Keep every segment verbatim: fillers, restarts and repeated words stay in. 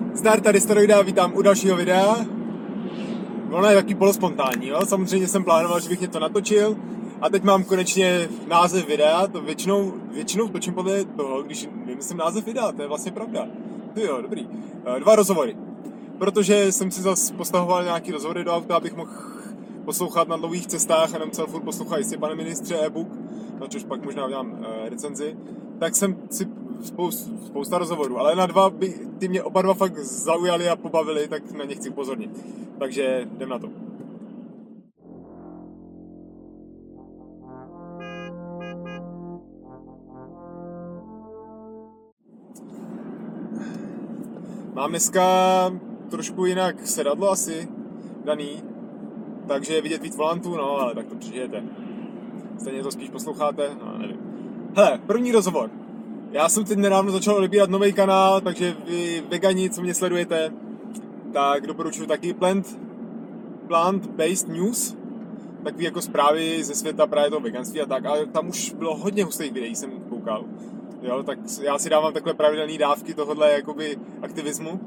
Zdar, tady Steroida, vítám u dalšího videa. Ono je taky polospontánní, jo? Samozřejmě jsem plánoval, že bych něco natočil a teď mám konečně název videa, to většinou, většinou točím podle toho, když vymyslím název videa, to je vlastně pravda. Ty jo, dobrý. Dva rozhovory. Protože jsem si zase postahoval nějaký rozhovory do auta, abych mohl poslouchat na dlouhých cestách a nemusel furt poslouchat, jestli pane ministře e-book, na což pak možná udělám e, recenzi, tak jsem si spousta, spousta rozhovorů, ale na dva by ty mě oba dva fakt zaujali a pobavili, tak na ně chci upozornit. Takže jdem na to. Mám dneska trošku jinak sedadlo asi daný, takže je vidět víc volantů, no ale tak to přežijete. Stejně to spíš posloucháte, no nevím. Hele, první rozhovor. Já jsem teď nedávno začal odebírat nový kanál, takže vy vegani, co mě sledujete, tak doporučuji taky Plant, Plant-Based News, takový jako zprávy ze světa právě toho veganství a tak, ale tam už bylo hodně hustých videí, jsem koukal. Jo, tak já si dávám takhle pravidelné dávky tohohle jakoby aktivismu.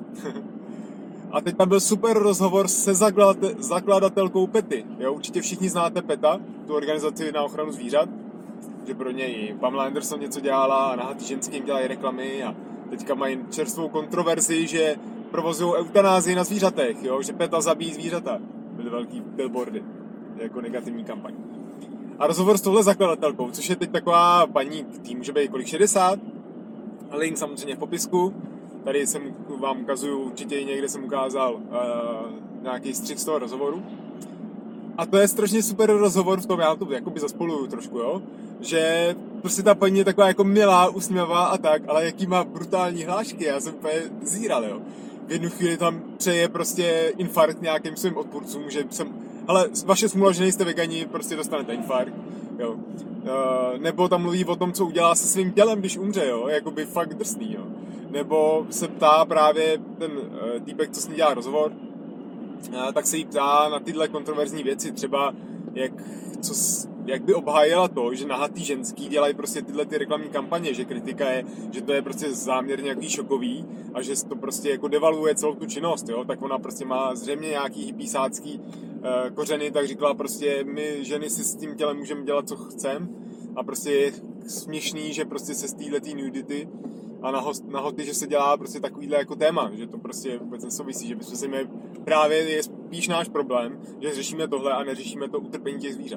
A teď tam byl super rozhovor se zakladatelkou PETy. Jo, určitě všichni znáte PETA, tu organizaci na ochranu zvířat, že pro něj Pamela Anderson něco dělala a nahatý ženským dělají reklamy a teďka mají čerstvou kontroverzi, že provozují eutanázii na zvířatech, jo, že PETA zabíjí zvířata. Byly velký billboardy, jako negativní kampaň. A rozhovor s touhle zakladatelkou, což je teď taková paní, tým může být kolik šedesát, link samozřejmě v popisku. Tady jsem vám ukazuju, určitě někde jsem ukázal uh, nějaký střih z toho rozhovoru. A to je strašně super rozhovor v tom, já to jakoby zaspoluju trošku, jo, že prostě ta paní je taková jako milá, usměvá a tak, ale jaký má brutální hlášky, já jsem úplně zíral, jo. V jednu chvíli tam přeje prostě infarkt nějakým svým odpůrcům, že jsem, hele, vaše smůla, že nejste vegani, prostě dostanete infarkt, jo. Uh, nebo tam mluví o tom, co udělá se svým tělem, když umře, jo, jakoby fakt drsný, jo. Nebo se ptá právě ten uh, týpek, co s ní dělá rozhovor, uh, tak se jí ptá na tyhle kontroverzní věci, třeba jak, co, jak by obhájila to, že nahatý ženský dělají prostě tyhle ty reklamní kampaně, že kritika je, že to je prostě záměrně nějaký šokový a že to prostě jako devaluuje celou tu činnost, jo, tak ona prostě má zřejmě nějaký hippiesácký uh, kořeny, tak říkala prostě my ženy si s tím tělem můžeme dělat, co chceme a prostě je směšný, že prostě se z téhletý nudity a na, host, na hoty, že se dělá prostě takovýhle jako téma, že to prostě vůbec nesouvisí, že bychom si měli, právě je spíš náš problém, že řešíme tohle a neřešíme to utrpení těch zvířat.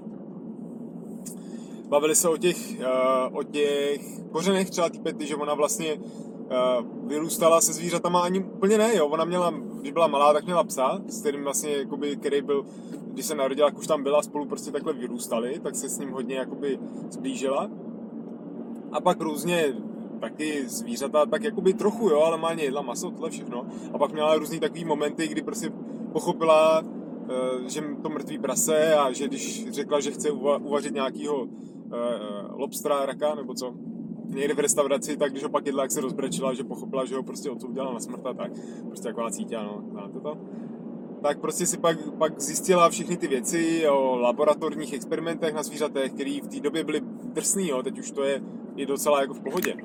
Bavili se o těch, uh, o těch kořenech třeba té PETy, že ona vlastně uh, vyrůstala se zvířatama, ani úplně ne, jo, ona měla, když byla malá, tak měla psa, s kterým vlastně, jakoby, který byl, když se narodila, jak už tam byla, spolu prostě takhle vyrůstali, tak se s ním hodně jakoby zblížila. A pak různě taky zvířata, tak jakoby trochu, jo, ale máně jedla maso, tohle všechno. A pak měla různý takový momenty, kdy prostě pochopila, že to mrtvý prase a že když řekla, že chce uva- uvařit nějakýho uh, lobstera, raka, nebo co, někde v restauraci, tak když ho pak jedla, jak se rozbrečila, že pochopila, že ho prostě odsouděla na smrt a tak. Prostě taková cítila, no, znáte to? Tak prostě si pak, pak zjistila všechny ty věci o laboratorních experimentech na zvířatech, které v té době byly drsný, jo, teď už to je, je docela jako v pohodě.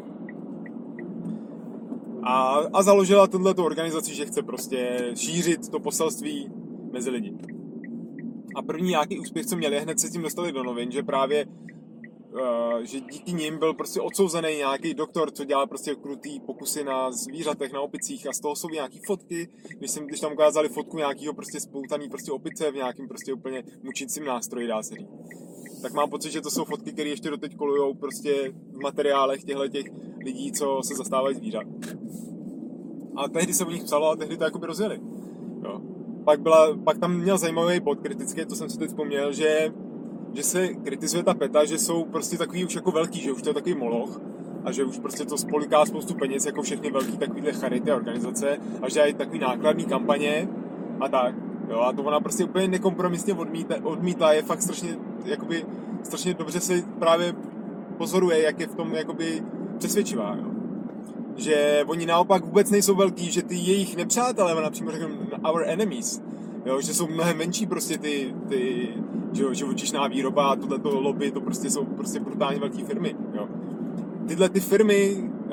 A, a založila tuto organizaci, že chce prostě šířit to poselství mezi lidi. A první nějaký úspěch, co měli, hned se tím dostali do novin, že právě uh, že díky nim byl prostě odsouzený nějaký doktor, co dělal prostě krutý pokusy na zvířatech, na opicích a z toho jsou nějaký fotky, když, jsem, když tam ukázali fotku nějakého prostě spoutaný prostě opice v nějakým prostě úplně mučícím nástroji, dá se říct. Tak mám pocit, že to jsou fotky, které ještě doteď kolujou prostě v materiálech těchto těch lidí, co se zastávají zvířat. A tehdy se o nich psalo a tehdy to jakoby rozjeli. Jo. Pak, byla, pak tam měl zajímavý bod kritický, to jsem si teď vzpomněl, že, že se kritizuje ta PETA, že jsou prostě takový už jako velký, že už to je takový moloch a že už prostě to spoliká spoustu peněz jako všechny velký takovýhle charity a organizace a že mají takový nákladný kampaně a tak. Jo, a to ona prostě úplně nekompromisně odmítá, odmítá, je fakt strašně, jakoby, strašně dobře se právě pozoruje, jak je v tom jakoby přesvědčivá, jo. Že oni naopak vůbec nejsou velký, že ty jejich nepřátelé, ona přímo řeknu our enemies, jo, že jsou mnohem menší prostě ty, ty živočišná výroba a tohleto lobby, to prostě jsou prostě brutálně velké firmy, jo. Tyhle ty firmy uh,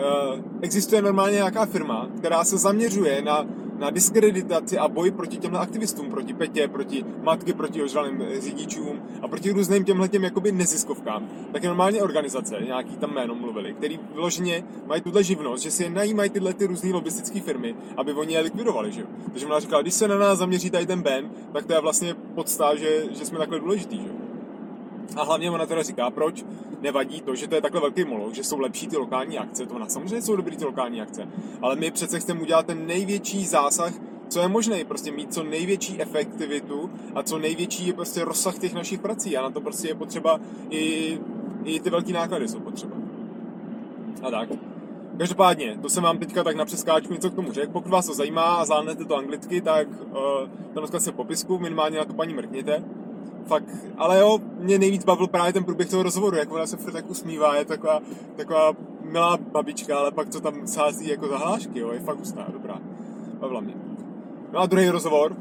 existuje normálně nějaká firma, která se zaměřuje na, na diskreditaci a boj proti těmhle aktivistům, proti Petě, proti matky, proti ožralým řidičům a proti různým těmhletěm jakoby neziskovkám, tak je normálně organizace, nějaký tam jméno mluvili, který vyloženě mají tuhle živnost, že si je najímají tyhle ty různý lobistické firmy, aby oni je likvidovali, že jo. Takže ona říkala, když se na nás zaměří tady ten Ben, tak to je vlastně podstá, že, že jsme takhle důležitý, že jo. A hlavně ona teda říká, proč nevadí to, že to je takhle velký moloch, že jsou lepší ty lokální akce, to ona samozřejmě jsou dobrý ty lokální akce, ale my přece chceme udělat ten největší zásah, co je možné, prostě mít co největší efektivitu a co největší je prostě rozsah těch našich prací a na to prostě je potřeba i, i ty velký náklady jsou potřeba. A tak. Každopádně, to jsem vám teďka tak na přeskáčku něco k tomu řekl. Pokud vás to zajímá a zvládnete to anglicky, tak uh, tam dneska se v popisku, minimálně na to paní mrkněte. Fakt, ale jo, mě nejvíc bavil právě ten průběh toho rozhovoru, jak ona se furt tak usmívá, je taková, taková milá babička, ale pak co tam sází jako zahlášky, jo, je fakt hustá, dobrá, bavila mě. No a druhý rozhovor,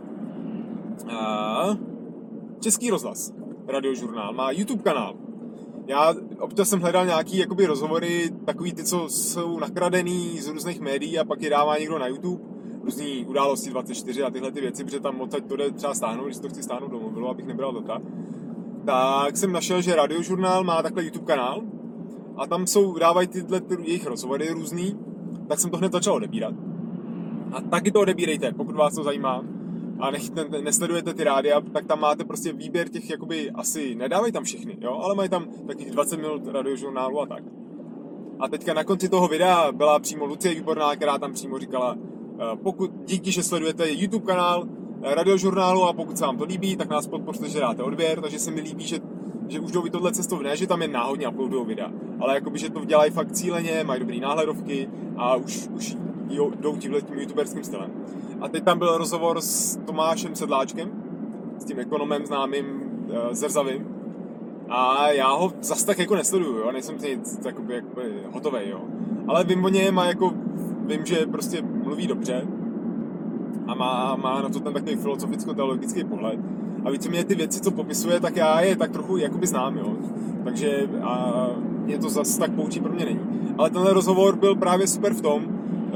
a... Český rozhlas, Radiožurnál, má YouTube kanál. Já občas jsem hledal nějaký jakoby rozhovory, takový ty, co jsou nakradený z různých médií a pak je dává někdo na YouTube, různý události dvacet čtyři a tyhle ty věci, protože tam odsaď to jde třeba stáhnout, když to chci stáhnout do mobilu, abych nebral data. Tak jsem našel, že Radiožurnál má takhle YouTube kanál a tam jsou, dávají tyhle ty jejich rozhovory různý, tak jsem to hned začal odebírat. A taky to odebírejte, pokud vás to zajímá a nech, ne, nesledujete ty rádia, tak tam máte prostě výběr těch, jakoby, asi nedávají tam všechny, jo, ale mají tam takových dvacet minut Radiožurnálu a tak. A teďka na konci toho videa byla přímo Lucie Výborná, která tam přímo říkala, pokud díky, že sledujete YouTube kanál Radiožurnálu a pokud se vám to líbí, tak nás podpořte, že dáte odběr, takže se mi líbí, že, že už jdou tohle cestou, ne, že tam jen náhodně uploadují videa, ale jakoby, že to dělají fakt cíleně, mají dobrý náhledovky a už, už jdou tímhletím youtuberským stylem. A teď tam byl rozhovor s Tomášem Sedláčkem, s tím ekonomem známým uh, Zrzavým, a já ho zas tak jako nesleduju, jo, nejsem nic jakoby, jakoby hotovej, jo, ale vím o něm a jako vím, že prostě mluví dobře a má, má na to ten takový filozoficko-teologický pohled. A víceméně ty věci, co popisuje, tak já je tak trochu jakoby znám, jo. Takže a mě to zase tak poučí pro mě není. Ale tenhle rozhovor byl právě super v tom,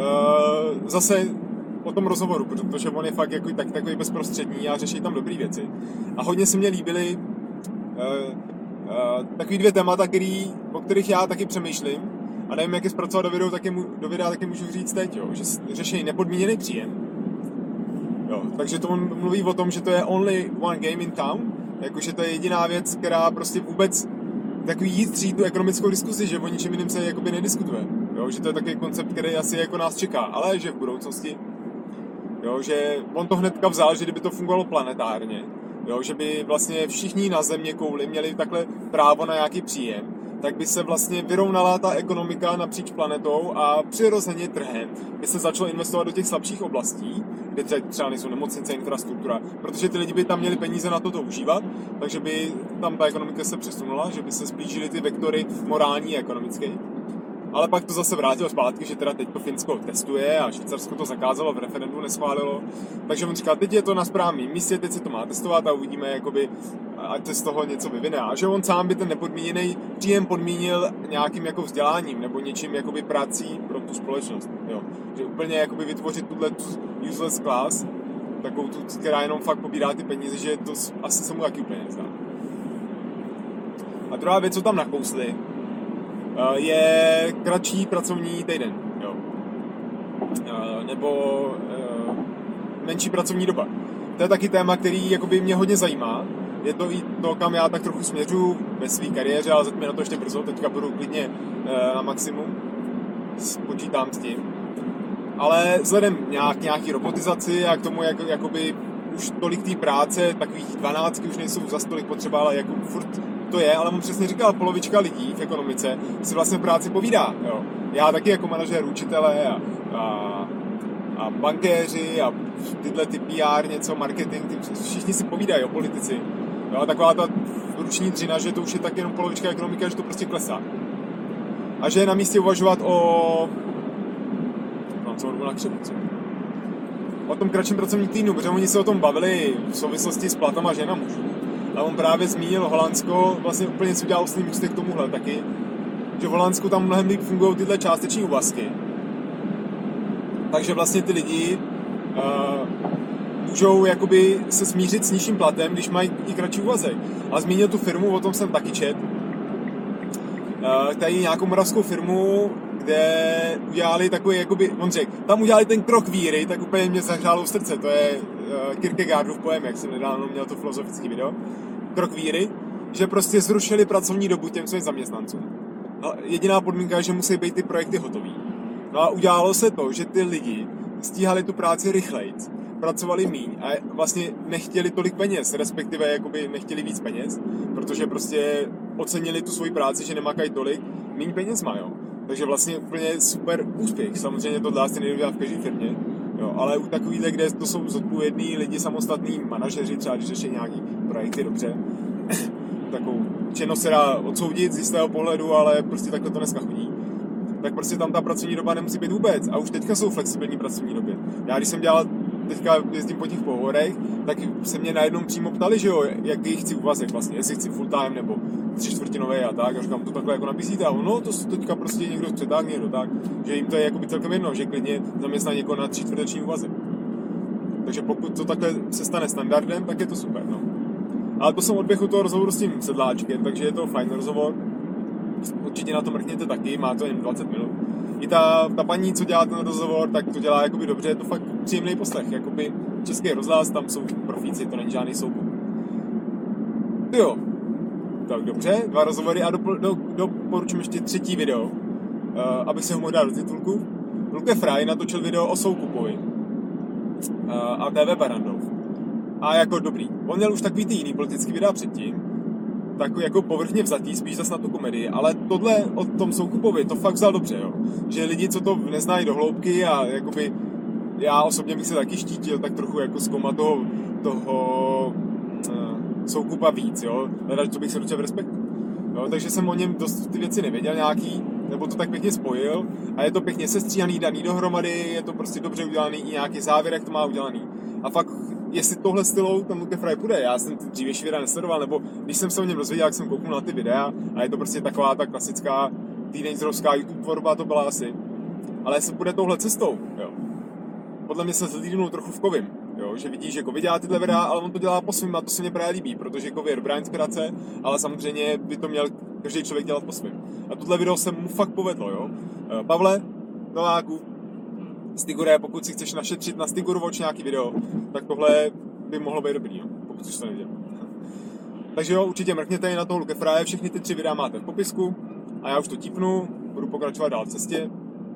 uh, zase o tom rozhovoru, protože on je fakt jako, tak, takový bezprostřední a řeší tam dobré věci. A hodně se mně líbily uh, uh, takový dvě témata, který, o kterých já taky přemýšlím. A nevím, jak je zpracovat do videa, taky, mu, do videa, taky můžu říct teď, jo, že řeší nepodmíněný příjem. Jo, takže to on mluví o tom, že to je only one game in town, jakože to je jediná věc, která prostě vůbec takový jízdří tu ekonomickou diskuzi, že o ničem jiném se jakoby nediskutuje. Jo, že to je takový koncept, který asi jako nás čeká, ale že v budoucnosti, jo, že on to hnedka vzal, že kdyby to fungovalo planetárně, jo, že by vlastně všichni na země kouli měli takhle právo na nějaký příjem, tak by se vlastně vyrovnala ta ekonomika napříč planetou a přirozeně trhem by se začalo investovat do těch slabších oblastí, kde třeba nejsou nemocnice, infrastruktura, protože ty lidi by tam měli peníze na to to užívat, takže by tam ta ekonomika se přesunula, že by se splížily ty vektory morální a ekonomické. Ale pak to zase vrátilo zpátky, že teda teď to Finsko testuje a Švýcarsko to zakázalo, v referendu neschválilo. Takže on říká, teď je to na správném místě, teď se to má testovat a uvidíme, jakoby, ať se z toho něco vyvine. A že on sám by ten nepodmíněný příjem podmínil nějakým jako vzděláním nebo něčím jakoby prací pro tu společnost. Jo. Že úplně jakoby vytvořit tuhle useless class, takovou tu, která jenom fakt pobírá ty peníze, že to asi se mu taky úplně nezdá. A druhá věc, co tam nakousli, je kratší pracovní týden, jo. Nebo menší pracovní doba. To je taky téma, který jakoby mě hodně zajímá. Je to i to, kam já tak trochu směřuji ve své kariéře, ale zatím je na to ještě brzo, teďka budu klidně na maximum. Počítám s tím. Ale vzhledem nějak, nějaký robotizaci a k tomu, jak, jakoby už tolik té práce, takových dvanáctky už nejsou zas tolik potřeba, ale jako furt to je, ale on přesně říkal, polovička lidí v ekonomice si vlastně práci povídá, jo. Já taky jako manažer, učitele a, a, a bankéři a tyhle ty P R, něco, marketing, všichni si povídají o politici. Jo, a taková ta ruční dřina, že to už je tak jenom polovička ekonomika, že to prostě klesá. A že je na místě uvažovat o... No, co na křepu, co? O tom kratším pracovním týdnu, protože oni se o tom bavili v souvislosti s platama žen a mužů. A on právě zmínil Holandsko, vlastně úplně si udělal s ním můstek k tomuhle taky, že v Holandsku tam mnohem líp fungují tyhle částeční úvazky. Takže vlastně ty lidi uh, můžou jakoby se smířit s nižším platem, když mají i kratší úvazek. A zmínil tu firmu, o tom jsem taky čet. Uh, tady nějakou moravskou firmu, kde udělali takový, jakoby, on řekl, tam udělali ten krok víry, tak úplně mě zahřálo v srdce, to je uh, Kierkegaardův pojem, jak jsem nedávno měl to filozofický video. Krok víry, že prostě zrušili pracovní dobu těm svým zaměstnancům. No, jediná podmínka je, že musí být ty projekty hotový. No a udělalo se to, že ty lidi stíhali tu práci rychlejc, pracovali míň a vlastně nechtěli tolik peněz, respektive jakoby nechtěli víc peněz, protože prostě ocenili tu svoji práci, že nemakají tolik, míň peněz mají. Takže vlastně úplně super úspěch. Samozřejmě to asi nejde udělat v každé firmě, jo, ale u takovýhle, kde to jsou zodpovědní lidi, samostatní manažeři, třeba když řeší nějaký projekty dobře, takovou činnost se dá odsoudit z jistého pohledu, ale prostě takhle to dneska chodí. Tak prostě tam ta pracovní doba nemusí být vůbec. A už teďka jsou flexibilní pracovní doby. Já když jsem dělal, teďka jezdím po těch pohovorech, tak se mě najednou přímo ptali, že jo, jaký chci úvazek vlastně, jestli chci full time nebo tři čtvrtinové a tak. A říkám, to takhle jako nabízíte. A no, to teďka prostě někdo přetáhne, někdo tak, že jim to je jakoby celkem jedno, že klidně zaměstná někoho na tři čtvrteční úvazek. Takže pokud to takhle se stane standardem, tak je to super, no. Ale to jsem odběhl u toho rozhovoru s tím sedláčkem, takže je to fajn rozhovor. Určitě na to mrkněte taky, má to jen dvacet minut. I ta, ta paní, co dělá ten rozhovor, tak to dělá jakoby dobře, je to fakt příjemný poslech, jakoby Český rozhlas, tam jsou profíci, to není žádný soukup. Jo, tak dobře, dva rozhovory a doporučím ještě třetí video, uh, abych se ho mohl dát do titulku. Luke Fry natočil video o soukupovi uh, a T V Barrandov. A jako dobrý. On měl už takový ty jiný politický videa předtím, takový jako povrchně vzatý, spíš zas na tu komedii, ale tohle o tom Soukupovi to fakt vzal dobře, jo. Že lidi, co to neznají do hloubky a jakoby já osobně bych se taky štítil tak trochu jako zkoumat toho, toho uh, Soukupa víc, jo. Hledat, co bych se docela v respektu. Jo, takže jsem o něm dost ty věci nevěděl nějaký, nebo to tak pěkně spojil a je to pěkně sestříhaný, daný dohromady, je to prostě dobře udělaný, i nějaký závěr, jak to má udělaný. A fakt jestli tohle stylou ten Luke Fry půjde, já jsem ty dřívější videa nesledoval, nebo když jsem se o něm dozvěděl, jak jsem kouknul na ty videa a je to prostě taková ta klasická teenagerovská YouTube tvorba, to byla asi. Ale jestli půjde touhle cestou, jo. Podle mě se zlídnul trochu v Kovim, jo, že vidíš, že Kovy dělá tyhle videa, ale on to dělá po svým a to se mě právě líbí, protože Kovy je dobrá inspirace, ale samozřejmě by to měl každý člověk dělat po svým. A tohle video se mu fakt povedlo, jo. Pavle, Nováku, Stigure, pokud si chceš našetřit na Stiguru Watch nějaký video, tak tohle by mohlo být dobrý, jo, pokud jsi to neviděl. Takže jo, určitě mrkněte i na toho Luke Fry, všechny ty tři videa máte v popisku a já už to tipnu, budu pokračovat dál v cestě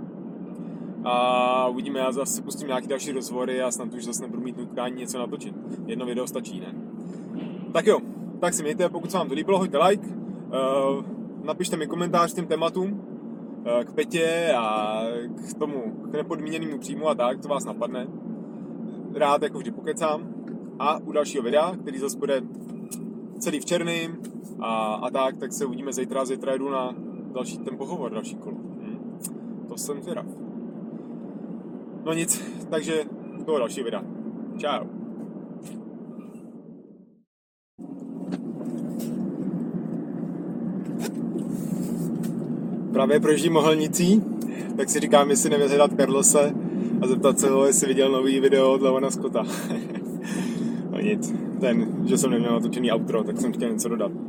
a uvidíme, já zase pustím nějaký další rozhovory a snad už zase nebudu mít nutkání něco natočit. Jedno video stačí, ne? Tak jo, tak si mějte, pokud se vám to líbilo, hoďte like, uh, napište mi komentář k těm tématům, k Petě a k tomu, k nepodmíněnému příjmu a tak, co vás napadne. Rád jako vždy pokecám. A u dalšího videa, který zase bude celý v černým a, a tak, tak se uvidíme zítra. Zítra jdu na další ten pohovor, další kolo. Hm. To jsem zvědav. No nic, takže u toho dalšího videa. Čau. Právě projíždím Mohelnicí, tak si říkám, jestli nevyhledat Carlose a zeptat se ho, jestli viděl nový video od Levona Scotta. No nic, ten, že jsem neměl natočený outro, tak jsem chtěl něco dodat.